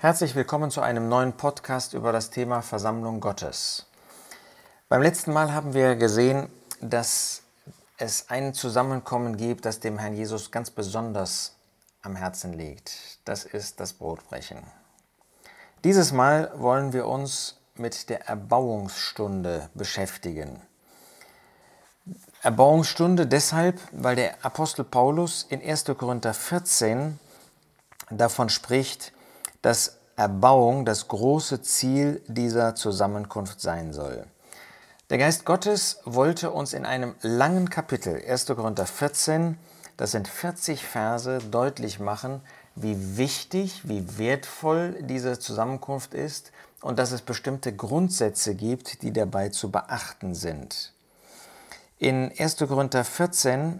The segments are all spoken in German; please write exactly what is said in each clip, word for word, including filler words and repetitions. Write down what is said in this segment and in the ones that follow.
Herzlich willkommen zu einem neuen Podcast über das Thema Versammlung Gottes. Beim letzten Mal haben wir gesehen, dass es ein Zusammenkommen gibt, das dem Herrn Jesus ganz besonders am Herzen liegt. Das ist das Brotbrechen. Dieses Mal wollen wir uns mit der Erbauungsstunde beschäftigen. Erbauungsstunde deshalb, weil der Apostel Paulus in erster Korinther vierzehn davon spricht, dass Erbauung das große Ziel dieser Zusammenkunft sein soll. Der Geist Gottes wollte uns in einem langen Kapitel, erster Korinther vierzehn, das sind vierzig Verse, deutlich machen, wie wichtig, wie wertvoll diese Zusammenkunft ist und dass es bestimmte Grundsätze gibt, die dabei zu beachten sind. In erster Korinther vierzehn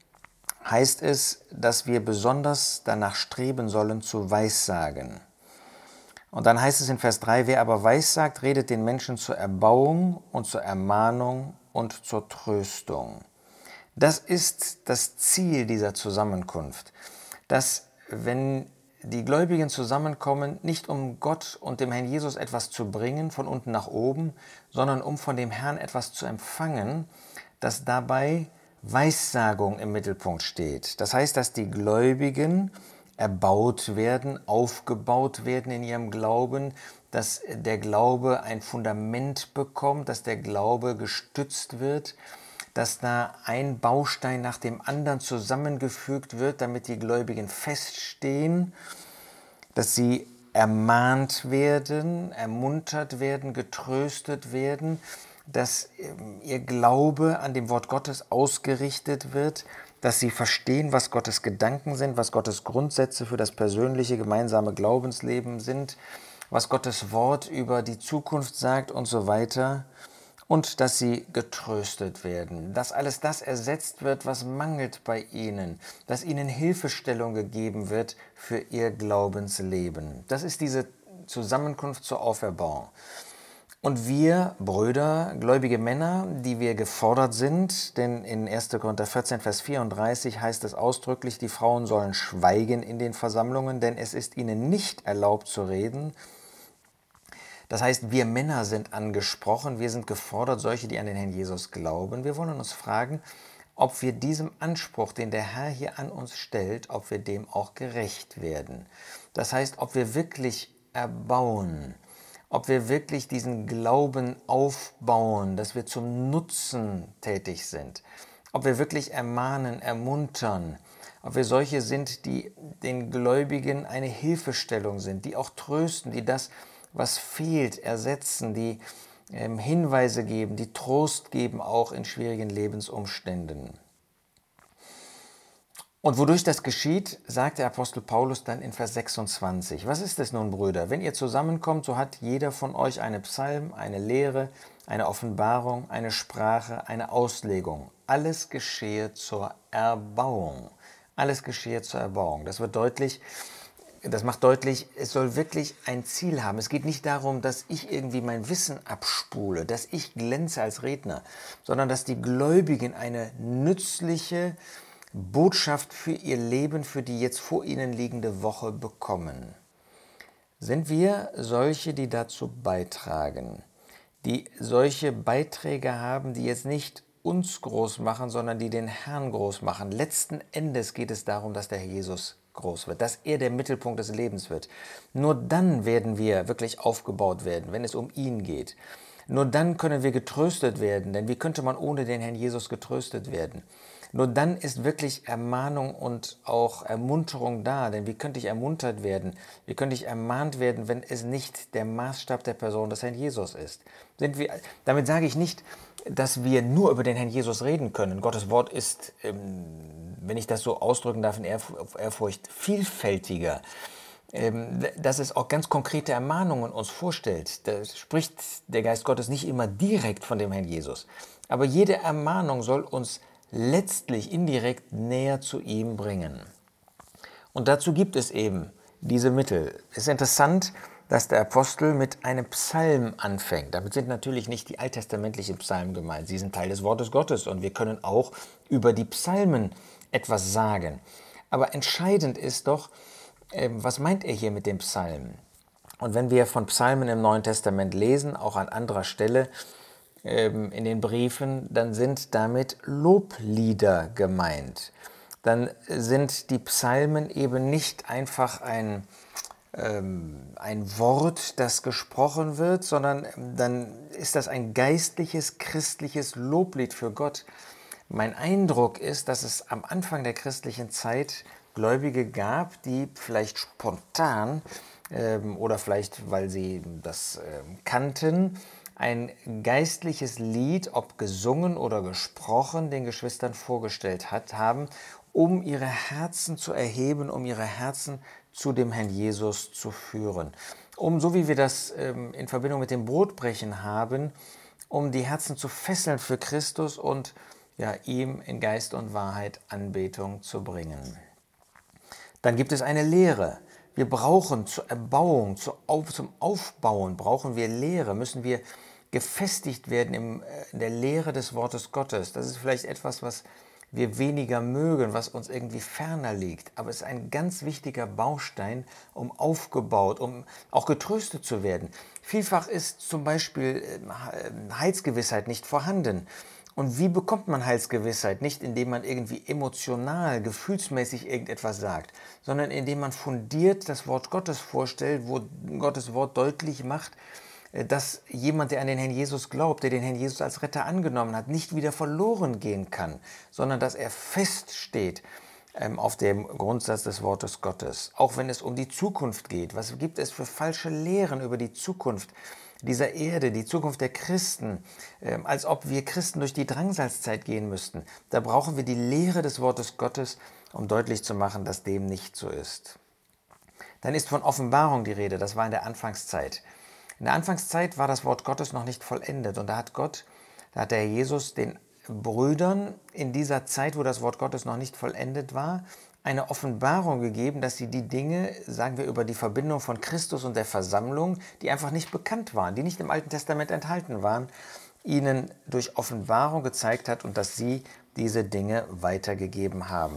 heißt es, dass wir besonders danach streben sollen, zu Weissagen. Und dann heißt es in Vers drei, wer aber weissagt, redet den Menschen zur Erbauung und zur Ermahnung und zur Tröstung. Das ist das Ziel dieser Zusammenkunft, dass, wenn die Gläubigen zusammenkommen, nicht um Gott und dem Herrn Jesus etwas zu bringen, von unten nach oben, sondern um von dem Herrn etwas zu empfangen, dass dabei Weissagung im Mittelpunkt steht. Das heißt, dass die Gläubigen erbaut werden, aufgebaut werden in ihrem Glauben, dass der Glaube ein Fundament bekommt, dass der Glaube gestützt wird, dass da ein Baustein nach dem anderen zusammengefügt wird, damit die Gläubigen feststehen, dass sie ermahnt werden, ermuntert werden, getröstet werden, dass ihr Glaube an dem Wort Gottes ausgerichtet wird, dass sie verstehen, was Gottes Gedanken sind, was Gottes Grundsätze für das persönliche gemeinsame Glaubensleben sind, was Gottes Wort über die Zukunft sagt und so weiter, und dass sie getröstet werden, dass alles das ersetzt wird, was mangelt bei ihnen, dass ihnen Hilfestellung gegeben wird für ihr Glaubensleben. Das ist diese Zusammenkunft zur Auferbauung. Und wir, Brüder, gläubige Männer, die wir gefordert sind, denn in erster Korinther vierzehn, Vers vierunddreißig heißt es ausdrücklich, die Frauen sollen schweigen in den Versammlungen, denn es ist ihnen nicht erlaubt zu reden. Das heißt, wir Männer sind angesprochen, wir sind gefordert, solche, die an den Herrn Jesus glauben. Wir wollen uns fragen, ob wir diesem Anspruch, den der Herr hier an uns stellt, ob wir dem auch gerecht werden. Das heißt, ob wir wirklich erbauen, ob wir wirklich diesen Glauben aufbauen, dass wir zum Nutzen tätig sind, ob wir wirklich ermahnen, ermuntern, ob wir solche sind, die den Gläubigen eine Hilfestellung sind, die auch trösten, die das, was fehlt, ersetzen, die ähm, Hinweise geben, die Trost geben, auch in schwierigen Lebensumständen. Und wodurch das geschieht, sagt der Apostel Paulus dann in Vers sechsundzwanzig. Was ist es nun, Brüder? Wenn ihr zusammenkommt, so hat jeder von euch eine Psalm, eine Lehre, eine Offenbarung, eine Sprache, eine Auslegung. Alles geschehe zur Erbauung. Alles geschehe zur Erbauung. Das wird deutlich, das macht deutlich, es soll wirklich ein Ziel haben. Es geht nicht darum, dass ich irgendwie mein Wissen abspule, dass ich glänze als Redner, sondern dass die Gläubigen eine nützliche Botschaft für ihr Leben, für die jetzt vor ihnen liegende Woche bekommen. Sind wir solche, die dazu beitragen, die solche Beiträge haben, die jetzt nicht uns groß machen, sondern die den Herrn groß machen? Letzten Endes geht es darum, dass der Herr Jesus groß wird, dass er der Mittelpunkt des Lebens wird. Nur dann werden wir wirklich aufgebaut werden, wenn es um ihn geht. Nur dann können wir getröstet werden, denn wie könnte man ohne den Herrn Jesus getröstet werden? Nur dann ist wirklich Ermahnung und auch Ermunterung da, denn wie könnte ich ermuntert werden, wie könnte ich ermahnt werden, wenn es nicht der Maßstab der Person des Herrn Jesus ist? Sind wir, damit sage ich nicht, dass wir nur über den Herrn Jesus reden können. Gottes Wort ist, wenn ich das so ausdrücken darf, in Ehrfurcht vielfältiger, dass es auch ganz konkrete Ermahnungen uns vorstellt. Da spricht der Geist Gottes nicht immer direkt von dem Herrn Jesus, aber jede Ermahnung soll uns letztlich indirekt näher zu ihm bringen. Und dazu gibt es eben diese Mittel. Es ist interessant, dass der Apostel mit einem Psalm anfängt. Damit sind natürlich nicht die alttestamentlichen Psalmen gemeint. Sie sind Teil des Wortes Gottes und wir können auch über die Psalmen etwas sagen. Aber entscheidend ist doch, was meint er hier mit dem Psalm? Und wenn wir von Psalmen im Neuen Testament lesen, auch an anderer Stelle ähm, in den Briefen, dann sind damit Loblieder gemeint. Dann sind die Psalmen eben nicht einfach ein, ähm, ein Wort, das gesprochen wird, sondern dann ist das ein geistliches, christliches Loblied für Gott. Mein Eindruck ist, dass es am Anfang der christlichen Zeit Gläubige gab, die vielleicht spontan ähm, oder vielleicht, weil sie das ähm, kannten, ein geistliches Lied, ob gesungen oder gesprochen, den Geschwistern vorgestellt hat, haben, um ihre Herzen zu erheben, um ihre Herzen zu dem Herrn Jesus zu führen. Um, so wie wir das ähm, in Verbindung mit dem Brotbrechen haben, um die Herzen zu fesseln für Christus und ja, ihm in Geist und Wahrheit Anbetung zu bringen. Dann gibt es eine Lehre. Wir brauchen zur Erbauung, zur Auf, zum Aufbauen brauchen wir Lehre, müssen wir gefestigt werden im, in der Lehre des Wortes Gottes. Das ist vielleicht etwas, was wir weniger mögen, was uns irgendwie ferner liegt. Aber es ist ein ganz wichtiger Baustein, um aufgebaut, um auch getröstet zu werden. Vielfach ist zum Beispiel Heilsgewissheit nicht vorhanden. Und wie bekommt man Heilsgewissheit? Nicht indem man irgendwie emotional, gefühlsmäßig irgendetwas sagt, sondern indem man fundiert das Wort Gottes vorstellt, wo Gottes Wort deutlich macht, dass jemand, der an den Herrn Jesus glaubt, der den Herrn Jesus als Retter angenommen hat, nicht wieder verloren gehen kann, sondern dass er feststeht ähm, auf dem Grundsatz des Wortes Gottes. Auch wenn es um die Zukunft geht. Was gibt es für falsche Lehren über die Zukunft dieser Erde, die Zukunft der Christen, ähm, als ob wir Christen durch die Drangsalzzeit gehen müssten? Da brauchen wir die Lehre des Wortes Gottes, um deutlich zu machen, dass dem nicht so ist. Dann ist von Offenbarung die Rede, das war in der Anfangszeit. In der Anfangszeit war das Wort Gottes noch nicht vollendet und da hat Gott, da hat der Herr Jesus den Brüdern in dieser Zeit, wo das Wort Gottes noch nicht vollendet war, eine Offenbarung gegeben, dass sie die Dinge, sagen wir, über die Verbindung von Christus und der Versammlung, die einfach nicht bekannt waren, die nicht im Alten Testament enthalten waren, ihnen durch Offenbarung gezeigt hat und dass sie diese Dinge weitergegeben haben.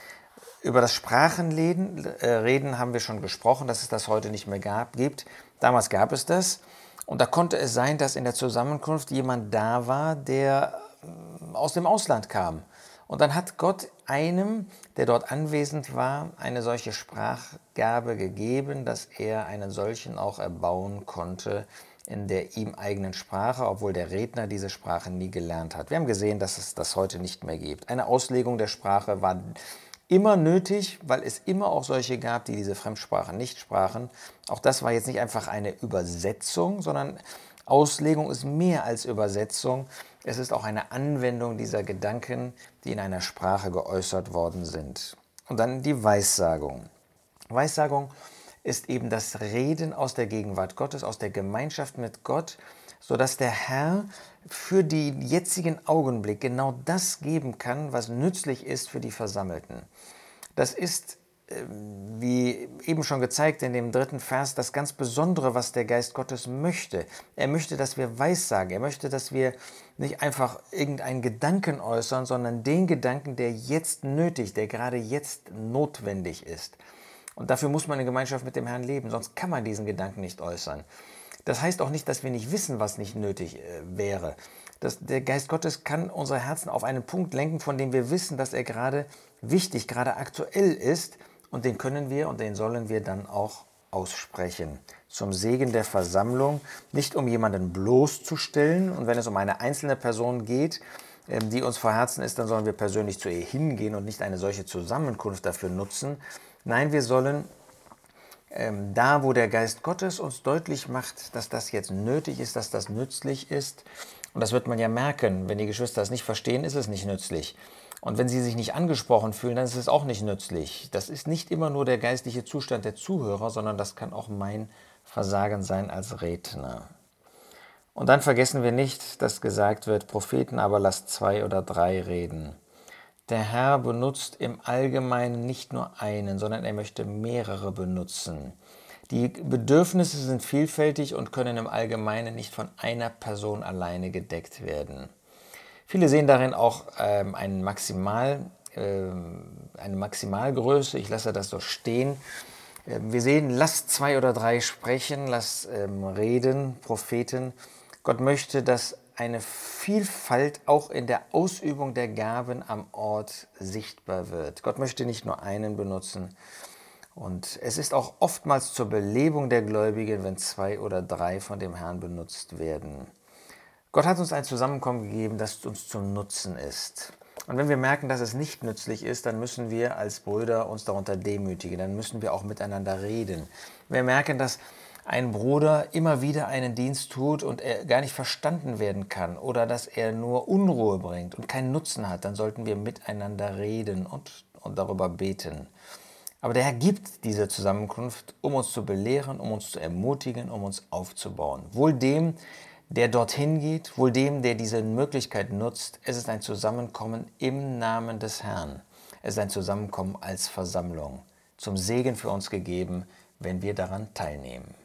Über das Sprachenreden äh, reden haben wir schon gesprochen, dass es das heute nicht mehr gab, gibt. Damals gab es das und da konnte es sein, dass in der Zusammenkunft jemand da war, der äh, aus dem Ausland kam. Und dann hat Gott einem, der dort anwesend war, eine solche Sprachgabe gegeben, dass er einen solchen auch erbauen konnte in der ihm eigenen Sprache, obwohl der Redner diese Sprache nie gelernt hat. Wir haben gesehen, dass es das heute nicht mehr gibt. Eine Auslegung der Sprache war immer nötig, weil es immer auch solche gab, die diese Fremdsprache nicht sprachen. Auch das war jetzt nicht einfach eine Übersetzung, sondern Auslegung ist mehr als Übersetzung. Es ist auch eine Anwendung dieser Gedanken, die in einer Sprache geäußert worden sind. Und dann die Weissagung. Weissagung ist eben das Reden aus der Gegenwart Gottes, aus der Gemeinschaft mit Gott, sodass der Herr für den jetzigen Augenblick genau das geben kann, was nützlich ist für die Versammelten. Das ist, wie eben schon gezeigt in dem dritten Vers, das ganz Besondere, was der Geist Gottes möchte. Er möchte, dass wir Weissagen, er möchte, dass wir nicht einfach irgendeinen Gedanken äußern, sondern den Gedanken, der jetzt nötig, der gerade jetzt notwendig ist. Und dafür muss man in Gemeinschaft mit dem Herrn leben, sonst kann man diesen Gedanken nicht äußern. Das heißt auch nicht, dass wir nicht wissen, was nicht nötig äh, wäre. Das, der Geist Gottes kann unsere Herzen auf einen Punkt lenken, von dem wir wissen, dass er gerade wichtig, gerade aktuell ist. Und den können wir und den sollen wir dann auch aussprechen. Zum Segen der Versammlung, nicht um jemanden bloßzustellen. Und wenn es um eine einzelne Person geht, äh, die uns vor Herzen ist, dann sollen wir persönlich zu ihr hingehen und nicht eine solche Zusammenkunft dafür nutzen. Nein, wir sollen Ähm, da, wo der Geist Gottes uns deutlich macht, dass das jetzt nötig ist, dass das nützlich ist, und das wird man ja merken, wenn die Geschwister es nicht verstehen, ist es nicht nützlich. Und wenn sie sich nicht angesprochen fühlen, dann ist es auch nicht nützlich. Das ist nicht immer nur der geistliche Zustand der Zuhörer, sondern das kann auch mein Versagen sein als Redner. Und dann vergessen wir nicht, dass gesagt wird, Propheten aber lasst zwei oder drei reden. Der Herr benutzt im Allgemeinen nicht nur einen, sondern er möchte mehrere benutzen. Die Bedürfnisse sind vielfältig und können im Allgemeinen nicht von einer Person alleine gedeckt werden. Viele sehen darin auch ähm, einen Maximal, äh, eine Maximalgröße, ich lasse das so stehen, Ähm, Wir sehen, lasst zwei oder drei sprechen, lasst ähm, reden, Propheten. Gott möchte, dass eine Vielfalt auch in der Ausübung der Gaben am Ort sichtbar wird. Gott möchte nicht nur einen benutzen. Und es ist auch oftmals zur Belebung der Gläubigen, wenn zwei oder drei von dem Herrn benutzt werden. Gott hat uns ein Zusammenkommen gegeben, das uns zum Nutzen ist. Und wenn wir merken, dass es nicht nützlich ist, dann müssen wir als Brüder uns darunter demütigen. Dann müssen wir auch miteinander reden. Wenn wir merken, dass ein Bruder immer wieder einen Dienst tut und er gar nicht verstanden werden kann oder dass er nur Unruhe bringt und keinen Nutzen hat, dann sollten wir miteinander reden und, und darüber beten. Aber der Herr gibt diese Zusammenkunft, um uns zu belehren, um uns zu ermutigen, um uns aufzubauen. Wohl dem, der dorthin geht, wohl dem, der diese Möglichkeit nutzt. Es ist ein Zusammenkommen im Namen des Herrn. Es ist ein Zusammenkommen als Versammlung, zum Segen für uns gegeben, wenn wir daran teilnehmen.